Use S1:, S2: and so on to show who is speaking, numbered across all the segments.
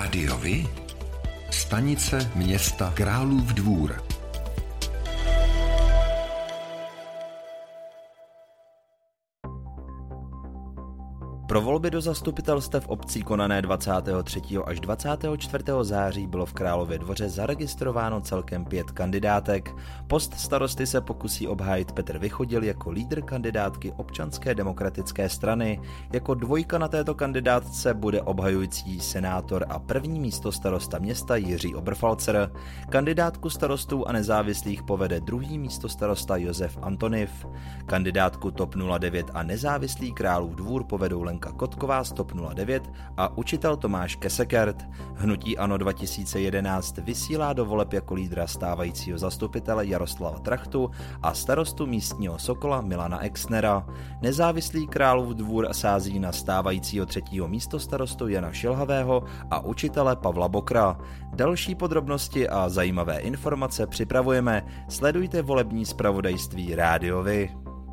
S1: Rádiovi? Stanice města Králův Dvůr.
S2: Pro volby do zastupitelstev obcí konané 23. až 24. září bylo v Králově Dvoře zaregistrováno celkem 5 kandidátek. Post starosty se pokusí obhájit Petr Vychodil jako lídr kandidátky Občanské demokratické strany. Jako dvojka na této kandidátce bude obhajující senátor a první místostarosta města Jiří Oberfalzer. Kandidátku starostů a nezávislých povede druhý místostarosta Josef Antoniv. Kandidátku TOP 09 a nezávislý Králův Dvůr povedou Lenka Kotková z TOP 09 a učitel Tomáš Kesekert. Hnutí ANO 2011 vysílá do voleb jako lídra stávajícího zastupitele Jaroslava Trachtu a starostu místního Sokola Milana Exnera. Nezávislý Králův Dvůr sází na stávajícího třetího místostarostu Jana Šilhavého a učitele Pavla Bokra. Další podrobnosti a zajímavé informace připravujeme. Sledujte volební zpravodajství Rádiovi.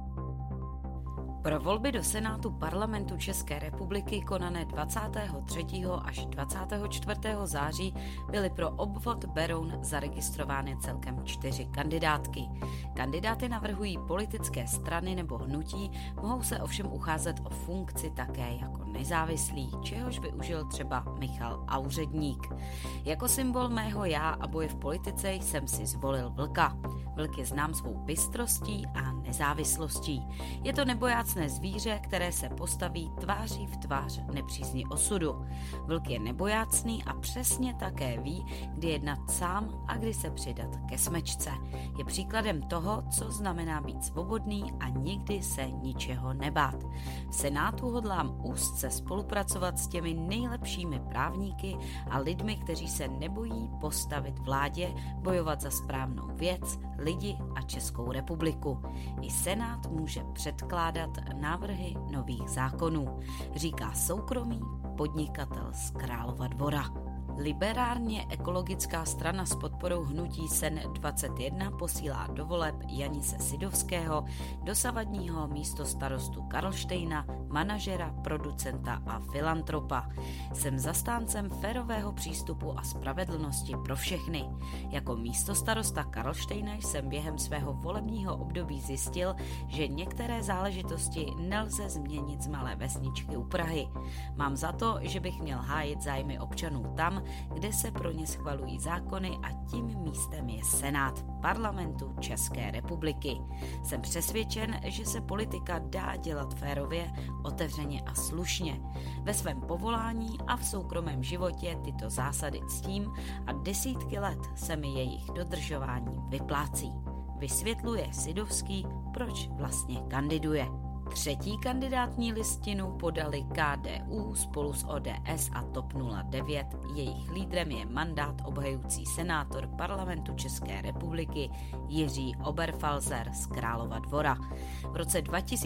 S3: Pro volby do Senátu Parlamentu České republiky konané 23. až 24. září byly pro obvod Beroun zaregistrovány celkem 4 kandidátky. Kandidáty navrhují politické strany nebo hnutí, mohou se ovšem ucházet o funkci také jako nezávislí, čehož využil třeba Michal Auředník. Jako symbol mého já a boje v politice jsem si zvolil vlka. Vlk je znám svou bystrostí a nezávislostí. Je to nebojácné zvíře, které se postaví tváří v tvář nepřízni osudu. Vlk je nebojácný a přesně také ví, kdy jednat sám a kdy se přidat ke smečce. Je příkladem toho, co znamená být svobodný a nikdy se ničeho nebát. V Senátu hodlám úzce spolupracovat s těmi nejlepšími právníky a lidmi, kteří se nebojí postavit vládě, bojovat za správnou věc, lidi a Českou republiku. I Senát může předkládat návrhy nových zákonů, říká soukromý podnikatel z Králova Dvora. Liberálně ekologická strana s podporou hnutí SEN 21 posílá do voleb Janise Sidovského, dosavadního místostarostu Karlštejna, manažera, producenta a filantropa. Jsem zastáncem férového přístupu a spravedlnosti pro všechny. Jako místostarosta Karlštejna jsem během svého volebního období zjistil, že některé záležitosti nelze změnit z malé vesničky u Prahy. Mám za to, že bych měl hájit zájmy občanů tam, kde se pro ně schvalují zákony a tím místem je Senát Parlamentu České republiky. Jsem přesvědčen, že se politika dá dělat férově, otevřeně a slušně. Ve svém povolání a v soukromém životě tyto zásady ctím a desítky let se mi jejich dodržování vyplácí. Vysvětluje Sidovský, proč vlastně kandiduje. Třetí kandidátní listinu podali KDU spolu s ODS a TOP 09. Jejich lídrem je mandát obhajující senátor Parlamentu České republiky Jiří Oberfalzer z Králova Dvora. V roce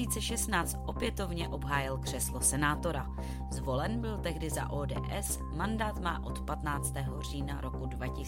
S3: 2016 opětovně obhájil křeslo senátora. Zvolen byl tehdy za ODS, mandát má od 15. října roku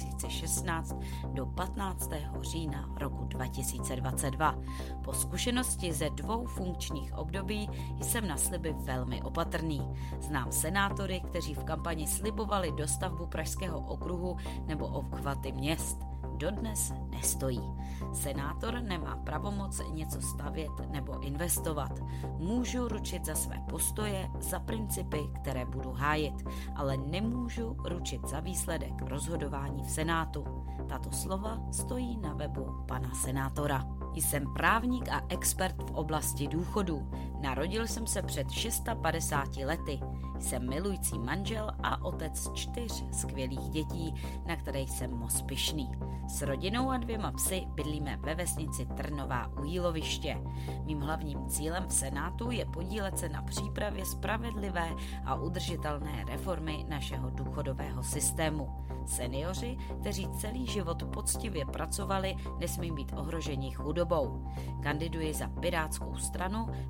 S3: 2016 do 15. října roku 2022. Po zkušenosti ze 2 funkčních období jsem na sliby velmi opatrný. Znám senátory, kteří v kampani slibovali dostavbu Pražského okruhu nebo obchvaty měst. Dodnes nestojí. Senátor nemá pravomoc něco stavět nebo investovat. Můžu ručit za své postoje, za principy, které budu hájit, ale nemůžu ručit za výsledek rozhodování v Senátu. Tato slova stojí na webu pana senátora. Jsem právník a expert v oblasti důchodů. Narodil jsem se před 650 lety. Jsem milující manžel a otec 4 skvělých dětí, na které jsem moc pyšný. S rodinou a 2 psy bydlíme ve vesnici Trnová u Jíloviště. Mým hlavním cílem v Senátu je podílet se na přípravě spravedlivé a udržitelné reformy našeho důchodového systému. Seniori, kteří celý život poctivě pracovali, nesmí být ohroženi chudobou. Kandiduji za Pirátskou stranu, do které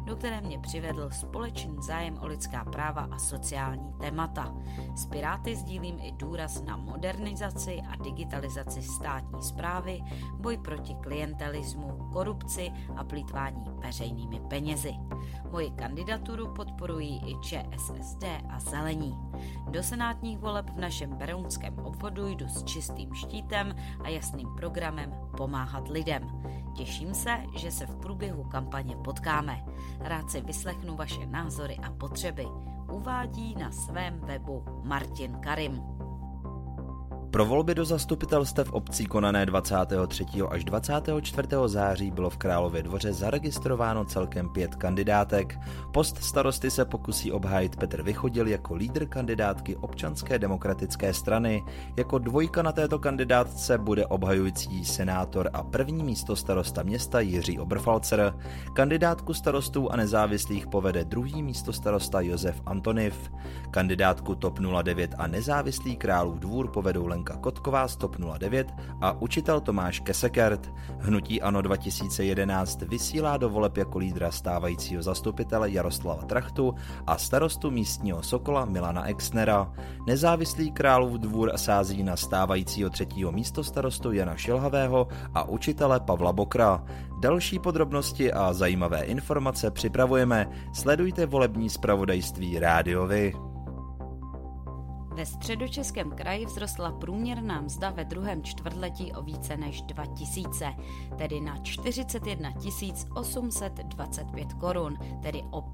S3: mě přivedl společný zájem o lidská práva a sociální témata. S Piráty sdílím i důraz na modernizaci a digitalizaci státní správy, boj proti klientelismu, korupci a plýtvání veřejnými penězi. Moji kandidaturu podporují i ČSSD a Zelení. Do senátních voleb v našem berounském obvodu jdu s čistým štítem a jasným programem pomáhat lidem. Těším se, že se v průběhu kampaně potkáme. Rád si vyslechnu vaše názory a potřeby. Uvádí na svém webu Martin Karim.
S2: Pro volby do zastupitelstev obcí konané 23. až 24. září bylo v Králově Dvoře zaregistrováno celkem 5 kandidátek. Post starosty se pokusí obhájit Petr Vychodil jako lídr kandidátky Občanské demokratické strany. Jako dvojka na této kandidátce bude obhajující senátor a první místostarosta města Jiří Oberfalzer. Kandidátku starostů a nezávislých povede druhý místostarosta Josef Antoniv. Kandidátku TOP 09 a nezávislý Králův Dvůr povedou Lenka Kotková z TOP 09 a učitel Tomáš Kesekert. Hnutí ANO 2011 vysílá do voleb jako lídra stávajícího zastupitele Jaroslava Trachtu a starostu místního Sokola Milana Exnera. Nezávislý Králův Dvůr sází na stávajícího 3. místostarostu Jana Šilhavého a učitele Pavla Bokra. Další podrobnosti a zajímavé informace připravujeme. Sledujte volební zpravodajství Rádio Vy.
S3: Ve Středočeském kraji vzrostla průměrná mzda ve druhém čtvrtletí o více než 2 000, tedy na 41 825 korun, tedy o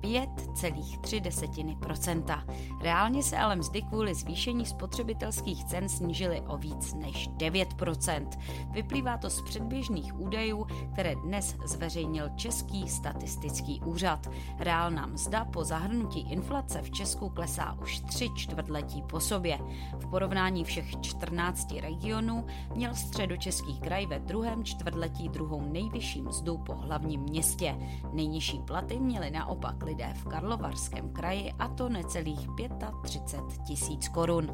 S3: 5,3%. Reálně se ale mzdy kvůli zvýšení spotřebitelských cen snížily o víc než 9%. Vyplývá to z předběžných údajů, které dnes zveřejnil Český statistický úřad. Reálná mzda po zahrnutí inflace v Česku klesá už 3 čtvrtletí po sobě. V porovnání všech 14 regionů měl Středočeský kraj ve druhém čtvrtletí druhou nejvyšší mzdu po hlavním městě. Nejnižší platy měli naopak lidé v Karlovarském kraji, a to necelých 35 000 korun.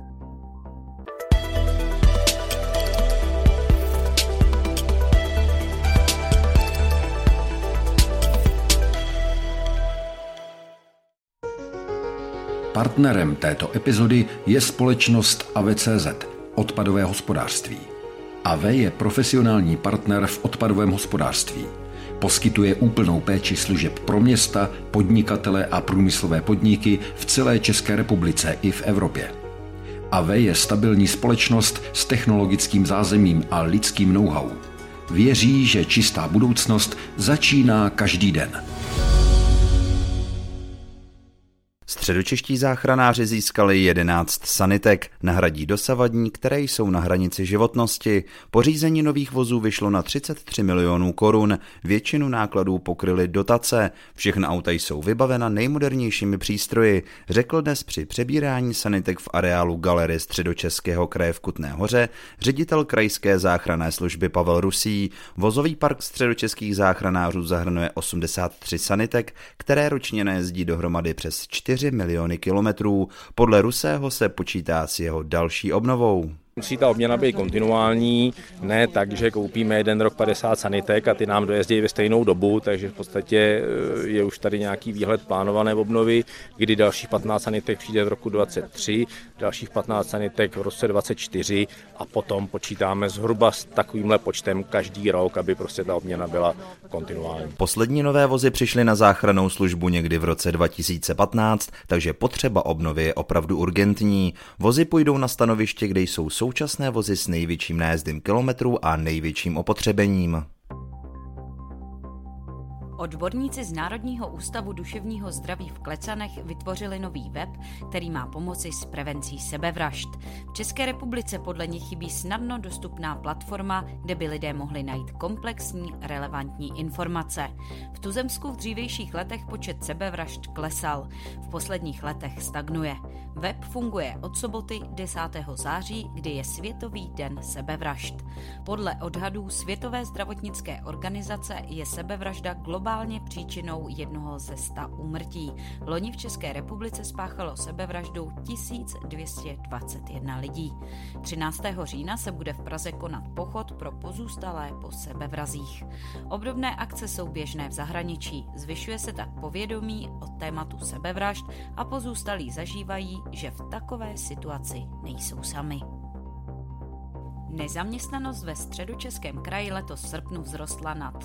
S1: Partnerem této epizody je společnost AVE.cz, odpadové hospodářství. AVE je profesionální partner v odpadovém hospodářství. Poskytuje úplnou péči služeb pro města, podnikatele a průmyslové podniky v celé České republice i v Evropě. AVE je stabilní společnost s technologickým zázemím a lidským know-how. Věří, že čistá budoucnost začíná každý den.
S2: Středočeští záchranáři získali 11 sanitek, nahradí dosavadní, které jsou na hranici životnosti. Pořízení nových vozů vyšlo na 33 milionů korun, většinu nákladů pokryly dotace. Všechna auta jsou vybavena nejmodernějšími přístroji, řekl dnes při přebírání sanitek v areálu Galerie Středočeského kraje v Kutné Hoře ředitel krajské záchranné služby Pavel Rusý. Vozový park středočeských záchranářů zahrnuje 83 sanitek, které ročně najezdí dohromady přes 4 miliony kilometrů. Podle Rusého se počítá s jeho další obnovou.
S4: Musí ta obměna být kontinuální, ne tak, že koupíme jeden rok 50 sanitek a ty nám dojezdí ve stejnou dobu, takže v podstatě je už tady nějaký výhled plánované obnovy, kdy dalších 15 sanitek přijde v roku 2023, dalších 15 sanitek v roce 2024 a potom počítáme zhruba s takovýmhle počtem každý rok, aby prostě ta obměna byla kontinuální.
S2: Poslední nové vozy přišly na záchrannou službu někdy v roce 2015, takže potřeba obnovy je opravdu urgentní. Vozy půjdou na stanoviště, kde jsou současné vozy s největším nájezdem kilometrů a největším opotřebením.
S3: Odborníci z Národního ústavu duševního zdraví v Klecanech vytvořili nový web, který má pomoci s prevencí sebevražd. V České republice podle nich chybí snadno dostupná platforma, kde by lidé mohli najít komplexní, relevantní informace. V tuzemsku v dřívějších letech počet sebevražd klesal, v posledních letech stagnuje. Web funguje od soboty 10. září, kdy je Světový den sebevražd. Podle odhadů Světové zdravotnické organizace je sebevražda globální globálně příčinou 1 ze 100 úmrtí. Loni v České republice spáchalo sebevraždu 1221 lidí. 13. října se bude v Praze konat pochod pro pozůstalé po sebevrazích. Obdobné akce jsou běžné v zahraničí. Zvyšuje se tak povědomí o tématu sebevražd a pozůstalí zažívají, že v takové situaci nejsou sami. Nezaměstnanost ve Středočeském kraji letos v srpnu vzrostla na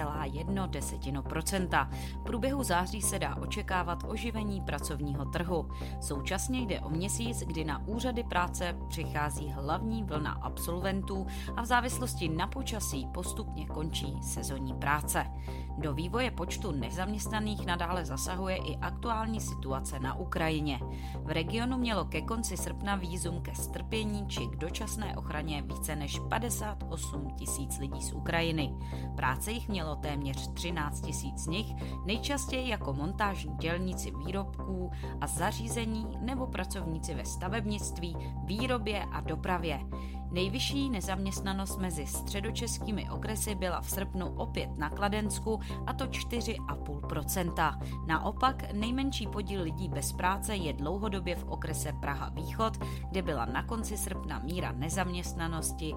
S3: 3,1%. V průběhu září se dá očekávat oživení pracovního trhu. Současně jde o měsíc, kdy na úřady práce přichází hlavní vlna absolventů a v závislosti na počasí postupně končí sezonní práce. Do vývoje počtu nezaměstnaných nadále zasahuje i aktuální situace na Ukrajině. V regionu mělo ke konci srpna vízum ke strpění či k dočasné ochraně více než 58 000 lidí z Ukrajiny. Práce jich mělo téměř 13 000 z nich, nejčastěji jako montážní dělníci výrobků a zařízení nebo pracovníci ve stavebnictví, výrobě a dopravě. Nejvyšší nezaměstnanost mezi středočeskými okresy byla v srpnu opět na Kladensku, a to 4,5%. Naopak nejmenší podíl lidí bez práce je dlouhodobě v okrese Praha Východ, kde byla na konci srpna míra nezaměstnanosti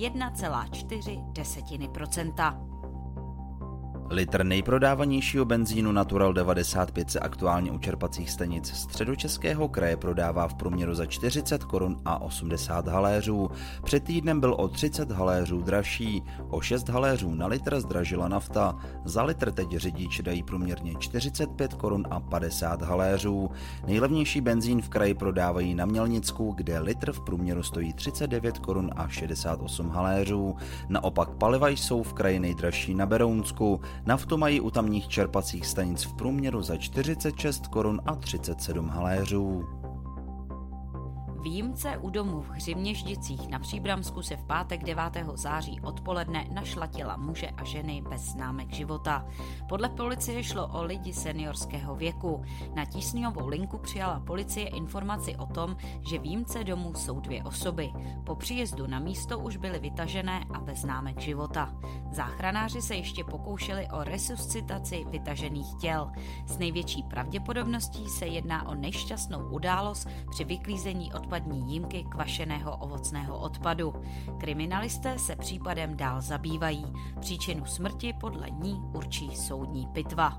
S3: 1,4%.
S2: Litr nejprodávanějšího benzínu Natural 95 se aktuálně u čerpacích stanic Středočeského kraje prodává v průměru za 40 korun a 80 haléřů. Před týdnem byl o 30 haléřů dražší, o 6 haléřů na litr zdražila nafta. Za litr teď řidiči dají průměrně 45 korun a 50 haléřů. Nejlevnější benzín v kraji prodávají na Mělnicku, kde litr v průměru stojí 39 korun a 68 haléřů. Naopak paliva jsou v kraji nejdražší na Berounsku. Naftu mají u tamních čerpacích stanic v průměru za 46 korun a 37 haléřů.
S3: Výjimce u domu v Hřimněždicích na Příbramsku se v pátek 9. září odpoledne našla těla muže a ženy bez známek života. Podle policie šlo o lidi seniorského věku. Na tísňovou linku přijala policie informaci o tom, že výjimce domu jsou 2 osoby. Po příjezdu na místo už byly vytažené a bez známek života. Záchranáři se ještě pokoušeli o resuscitaci vytažených těl. S největší pravděpodobností se jedná o nešťastnou událost při vyklízení odpadní jímky kvašeného ovocného odpadu. Kriminalisté se případem dál zabývají. Příčinu smrti podle ní určí soudní pitva.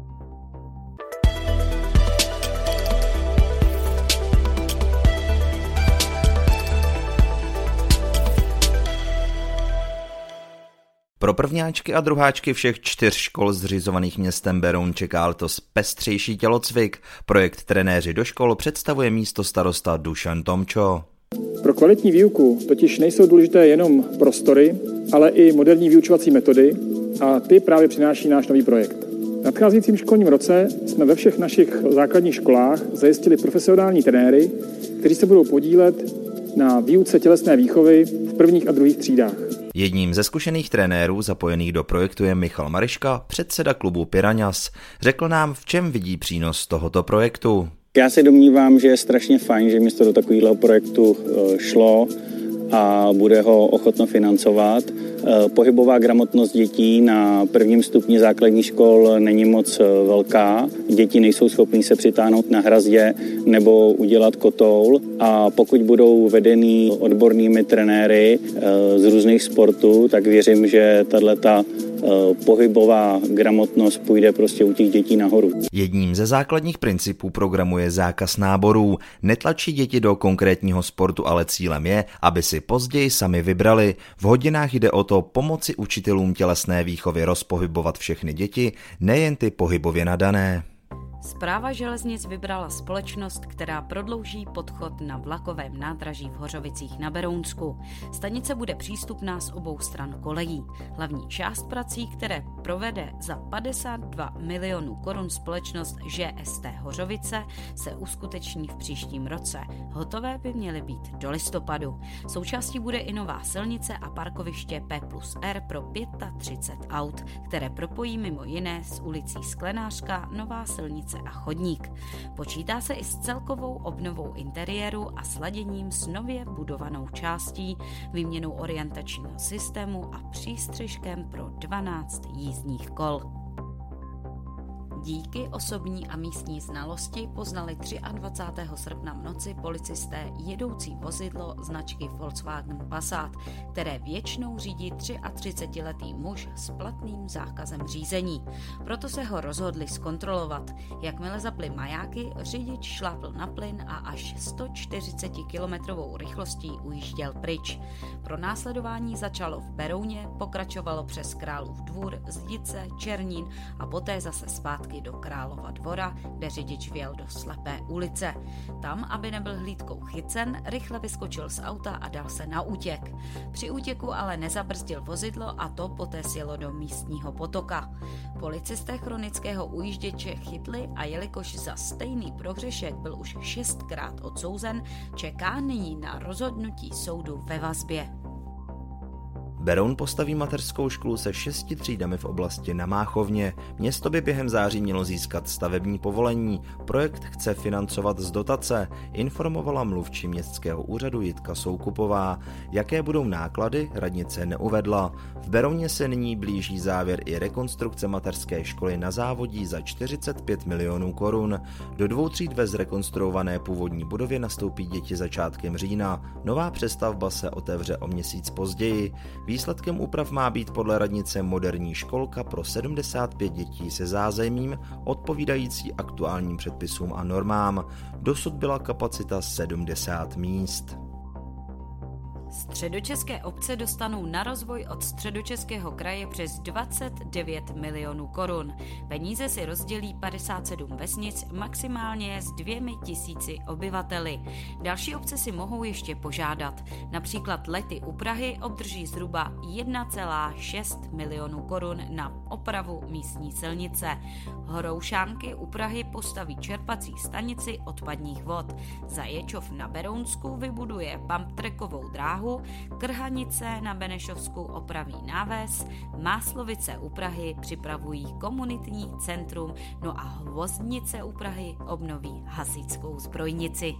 S2: Pro prvňáčky a druháčky všech 4 škol zřizovaných městem Beroun čeká letos pestřejší tělocvik. Projekt Trenéři do škol představuje místostarosta Dušan Tomčo.
S5: Pro kvalitní výuku totiž nejsou důležité jenom prostory, ale i moderní vyučovací metody a ty právě přináší náš nový projekt. V nadcházejícím školním roce jsme ve všech našich základních školách zajistili profesionální trenéry, kteří se budou podílet na výuce tělesné výchovy v prvních a druhých třídách.
S2: Jedním ze zkušených trenérů zapojených do projektu je Michal Mariška, předseda klubu Piranhas. Řekl nám, v čem vidí přínos tohoto projektu.
S6: Já se domnívám, že je strašně fajn, že město do takového projektu šlo a bude ho ochotno financovat. Pohybová gramotnost dětí na prvním stupni základních škol není moc velká. Děti nejsou schopní se přitáhnout na hrazdě nebo udělat kotoul a pokud budou vedení odbornými trenéry z různých sportů, tak věřím, že tato pohybová gramotnost půjde prostě u těch dětí nahoru.
S2: Jedním ze základních principů programu je zákaz náborů. Netlačí děti do konkrétního sportu, ale cílem je, aby si později sami vybrali. V hodinách jde o to pomoci učitelům tělesné výchovy rozpohybovat všechny děti, nejen ty pohybově nadané.
S3: Správa železnic vybrala společnost, která prodlouží podchod na vlakovém nádraží v Hořovicích na Berounsku. Stanice bude přístupná z obou stran kolejí. Hlavní část prací, které provede za 52 milionů korun společnost ŽST Hořovice, se uskuteční v příštím roce. Hotové by měly být do listopadu. Součástí bude i nová silnice a parkoviště P+R pro 35 aut, které propojí mimo jiné s ulicí Sklenářka, nová silnice a chodník. Počítá se i s celkovou obnovou interiéru a sladěním s nově budovanou částí, výměnou orientačního systému a přístřeškem pro 12 jízdních kol. Díky osobní a místní znalosti poznali 23. srpna v noci policisté jedoucí vozidlo značky Volkswagen Passat, které většinou řídí 33letý muž s platným zákazem řízení. Proto se ho rozhodli zkontrolovat. Jakmile zapli majáky, řidič šlápl na plyn a až 140 kilometrovou rychlostí ujížděl pryč. Pro následování začalo v Berouně, pokračovalo přes Králův Dvůr, Zdice, Černín a poté zase zpátky do Králova Dvora, kde řidič vjel do slepé ulice. Tam, aby nebyl hlídkou chycen, rychle vyskočil z auta a dal se na útěk. Při útěku ale nezabrzdil vozidlo a to poté sjelo do místního potoka. Policisté chronického ujížděče chytli a jelikož za stejný prohřešek byl už 6krát odsouzen, čeká nyní na rozhodnutí soudu ve vazbě.
S2: Beroun postaví mateřskou školu se 6 třídami v oblasti na Máchovně. Město by během září mělo získat stavební povolení. Projekt chce financovat z dotace, informovala mluvčí městského úřadu Jitka Soukupová. Jaké budou náklady, radnice neuvedla. V Berouně se nyní blíží závěr i rekonstrukce mateřské školy na Závodí za 45 milionů korun. Do 2 tříd ve zrekonstruované původní budově nastoupí děti začátkem října. Nová přestavba se otevře o měsíc později. Výsledkem úprav má být podle radnice moderní školka pro 75 dětí se zázemím, odpovídající aktuálním předpisům a normám. Dosud byla kapacita 70 míst.
S3: Středočeské obce dostanou na rozvoj od Středočeského kraje přes 29 milionů korun. Peníze si rozdělí 57 vesnic, maximálně s 2 000 obyvateli. Další obce si mohou ještě požádat. Například Lety u Prahy obdrží zhruba 1,6 milionů korun na opravu místní silnice. Horoušánky u Prahy postaví čerpací stanici odpadních vod. Zaječov na Berounsku vybuduje pumptrackovou dráhu, Krhanice na Benešovsku opraví náves, Máslovice u Prahy připravují komunitní centrum, no a Hvozdnice u Prahy obnoví hasičskou zbrojnici.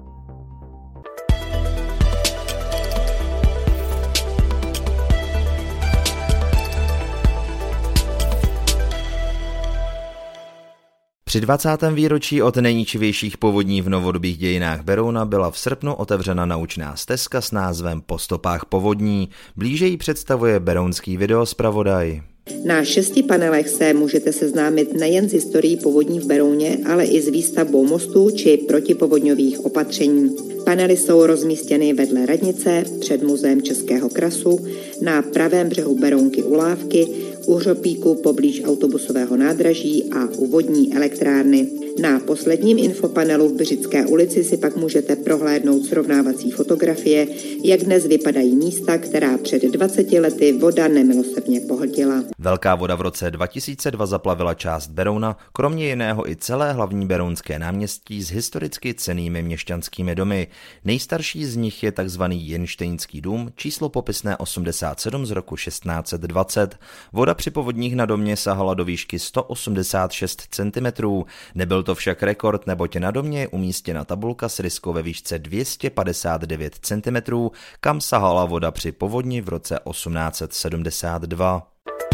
S2: Při 20. výročí od nejničivějších povodní v novodobých dějinách Berouna byla v srpnu otevřena naučná stezka s názvem Po stopách povodní. Blíže ji představuje berounský videozpravodaj.
S7: Na 6 panelech se můžete seznámit nejen s historií povodní v Berouně, ale i s výstavbou mostů či protipovodňových opatření. Panely jsou rozmístěny vedle radnice, před muzeem Českého krasu, na pravém břehu Berounky u Lávky, u Hřopíku poblíž autobusového nádraží a u vodní elektrárny. Na posledním infopanelu v Břické ulici si pak můžete prohlédnout srovnávací fotografie, jak dnes vypadají místa, která před 20 lety voda nemilosrdně pohltila.
S2: Velká voda v roce 2002 zaplavila část Berouna, kromě jiného i celé hlavní berounské náměstí s historicky cennými měšťanskými domy. Nejstarší z nich je tzv. Jenštejnský dům, číslo popisné 87 z roku 1620. Voda při povodních na domě sahala do výšky 186 cm. Nebyl to však rekord, neboť na domě je umístěna tabulka s ryskou ve výšce 259 cm, kam sahala voda při povodni v roce 1872.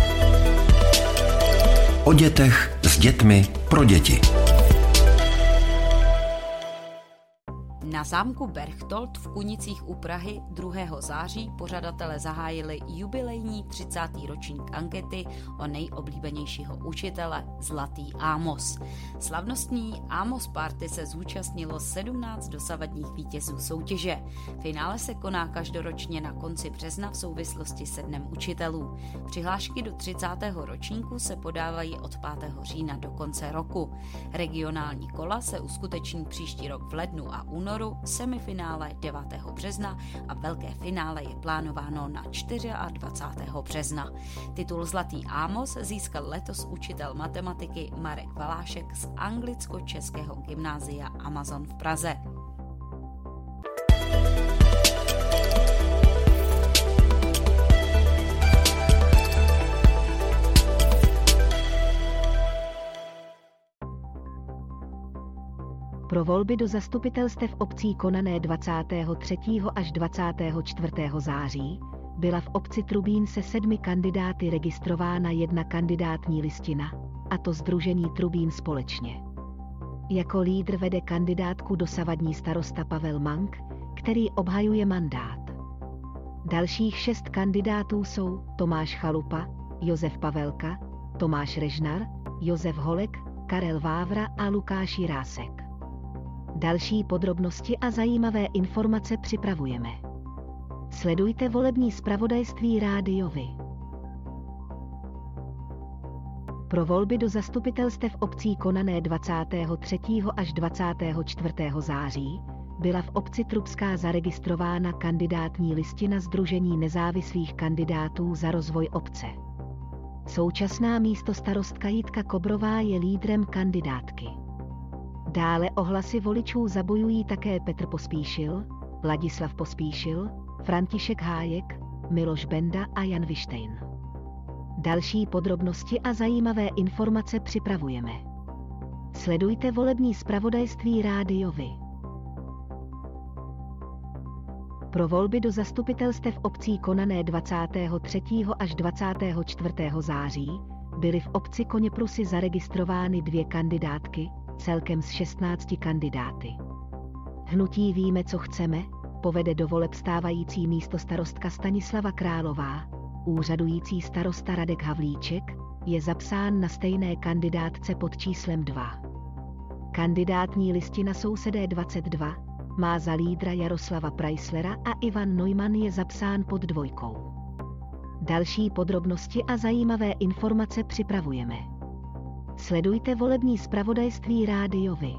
S1: O dětech, s dětmi, pro děti.
S3: Na zámku Berchtold v Kunicích u Prahy 2. září pořadatelé zahájili jubilejní 30. ročník ankety o nejoblíbenějšího učitele Zlatý Ámos. Slavnostní Ámos Party se zúčastnilo 17 dosavadních vítězů soutěže. Finále se koná každoročně na konci března v souvislosti se Dnem učitelů. Přihlášky do 30. ročníku se podávají od 5. října do konce roku. Regionální kola se uskuteční příští rok v lednu a únoru, semifinále 9. března a velké finále je plánováno na 24. března. Titul Zlatý Ámos získal letos učitel matematiky Marek Valášek z anglicko-českého gymnázia Amazon v Praze.
S8: Pro volby do zastupitelstev obcí konané 23. až 24. září byla v obci Trubín se 7 kandidáty registrována jedna kandidátní listina. a to sdružení Trubín společně. Jako lídr vede kandidátku dosavadní starosta Pavel Mank, který obhajuje mandát. Dalších 6 kandidátů jsou Tomáš Chalupa, Josef Pavelka, Tomáš Režnar, Josef Holek, Karel Vávra a Lukáš Jirásek. Další podrobnosti a zajímavé informace připravujeme. Sledujte volební zpravodajství Rádio Vy. Pro volby do zastupitelstev obcí konané 23. až 24. září byla v obci Trubská zaregistrována kandidátní listina Sdružení nezávislých kandidátů za rozvoj obce. Současná místostarostka Jitka Kobrová je lídrem kandidátky. Dále ohlasy voličů zabojují také Petr Pospíšil, Ladislav Pospíšil, František Hájek, Miloš Benda a Jan Vištejn. Další podrobnosti a zajímavé informace připravujeme. Sledujte volební zpravodajství Rádio Vy. Pro volby do zastupitelstev obcí konané 23. až 24. září byly v obci Koněprusy zaregistrovány 2 kandidátky, celkem z 16 kandidáty. Hnutí Víme, co chceme povede do voleb stávající místostarostka Stanislava Králová, úřadující starosta Radek Havlíček je zapsán na stejné kandidátce pod číslem 2. Kandidátní listina Sousedé 22 má za lídra Jaroslava Preislera a Ivan Neumann je zapsán pod 2. Další podrobnosti a zajímavé informace připravujeme. Sledujte volební zpravodajství Rádio Vy.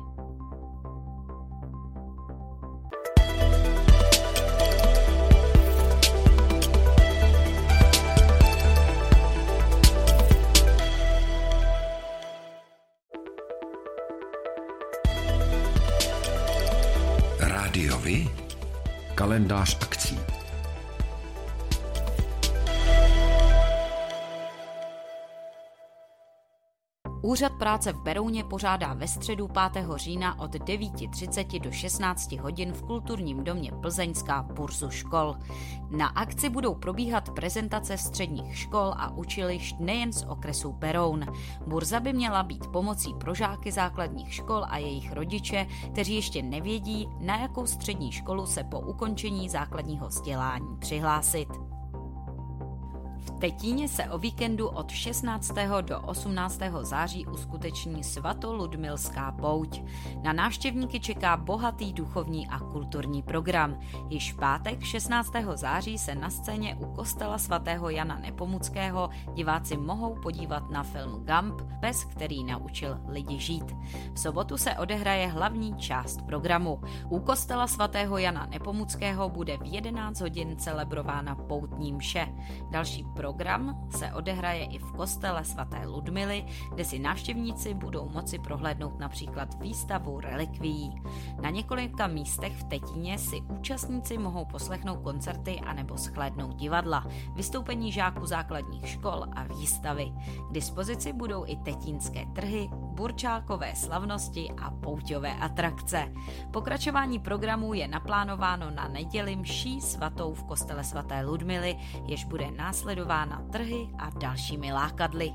S1: Rádio Vy, kalendář akcí.
S3: Úřad práce v Berouně pořádá ve středu 5. října od 9:30 do 16 hodin v kulturním domě Plzeňská burzu škol. Na akci budou probíhat prezentace středních škol a učilišť nejen z okresu Beroun. Burza by měla být pomocí pro žáky základních škol a jejich rodiče, kteří ještě nevědí, na jakou střední školu se po ukončení základního vzdělání přihlásit. V Tetíně se o víkendu od 16. do 18. září uskuteční svatoludmilská pouť. Na návštěvníky čeká bohatý duchovní a kulturní program. Již v pátek 16. září se na scéně u kostela svatého Jana Nepomuckého diváci mohou podívat na film Gump, pes, který naučil lidi žít. V sobotu se odehraje hlavní část programu. U kostela svatého Jana Nepomuckého bude v 11 hodin celebrována poutní mše. Další program se odehraje i v kostele svaté Ludmily, kde si návštěvníci budou moci prohlédnout například výstavu relikvií. Na několika místech v Tetíně si účastníci mohou poslechnout koncerty anebo shlédnout divadla, vystoupení žáků základních škol a výstavy. K dispozici budou i tetínské trhy, burčákové slavnosti a pouťové atrakce. Pokračování programu je naplánováno na neděli mší svatou v kostele svaté Ludmily, jež bude následována trhy a dalšími lákadly.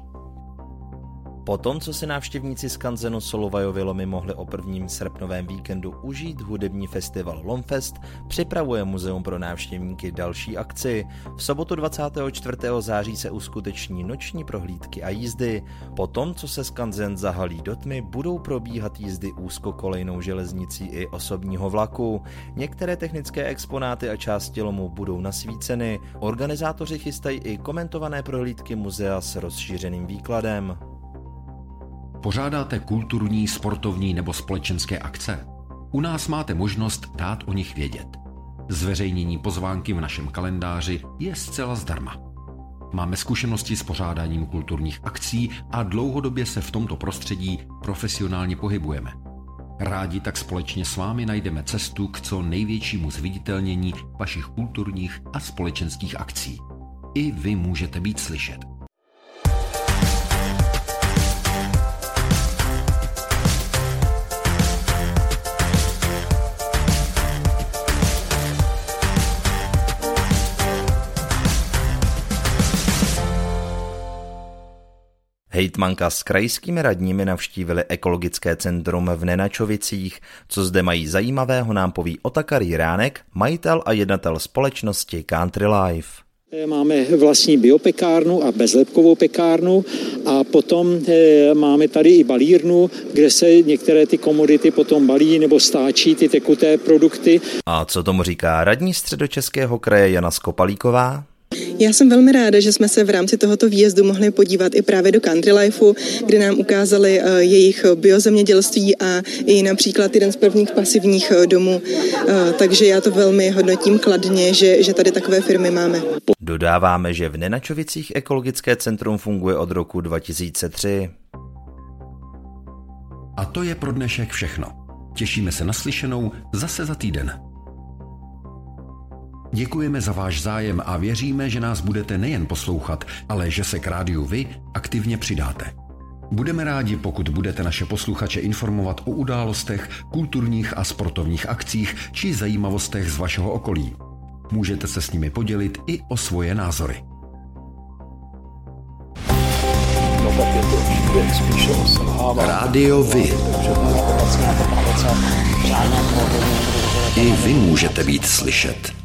S2: Po tom, co si návštěvníci skanzenu Solovajovy lomy mohli o 1. srpnovém víkendu užít hudební festival Lomfest, připravuje muzeum pro návštěvníky další akci. V sobotu 24. září se uskuteční noční prohlídky a jízdy. Po tom, co se skanzen zahalí do tmy, budou probíhat jízdy úzkokolejnou železnicí i osobního vlaku. Některé technické exponáty a části lomu budou nasvíceny. Organizátoři chystají i komentované prohlídky muzea s rozšířeným výkladem.
S1: Pořádáte kulturní, sportovní nebo společenské akce? U nás máte možnost dát o nich vědět. Zveřejnění pozvánky v našem kalendáři je zcela zdarma. Máme zkušenosti s pořádáním kulturních akcí a dlouhodobě se v tomto prostředí profesionálně pohybujeme. Rádi tak společně s vámi najdeme cestu k co největšímu zviditelnění vašich kulturních a společenských akcí. I vy můžete být slyšet.
S2: Hejtmanka s krajskými radními navštívili ekologické centrum v Nenačovicích. Co zde mají zajímavého, nám poví Otakar Jiránek, majitel a jednatel společnosti Country Life.
S9: Máme vlastní biopekárnu a bezlepkovou pekárnu a potom máme tady i balírnu, kde se některé ty komodity potom balí nebo stáčí ty tekuté produkty.
S2: A co tomu říká radní Středočeského kraje Jana Skopalíková?
S10: Já jsem velmi ráda, že jsme se v rámci tohoto výjezdu mohli podívat i právě do Country Lifeu, kde nám ukázali jejich biozemědělství a i například jeden z prvních pasivních domů. Takže já to velmi hodnotím kladně, že tady takové firmy máme.
S2: Dodáváme, že v Nenačovicích ekologické centrum funguje od roku 2003.
S1: A to je pro dnešek všechno. Těšíme se na slyšenou zase za týden. Děkujeme za váš zájem a věříme, že nás budete nejen poslouchat, ale že se k rádiu Vy aktivně přidáte. Budeme rádi, pokud budete naše posluchače informovat o událostech, kulturních a sportovních akcích či zajímavostech z vašeho okolí. Můžete se s nimi podělit i o svoje názory. Rádio Vy. I vy můžete být slyšet.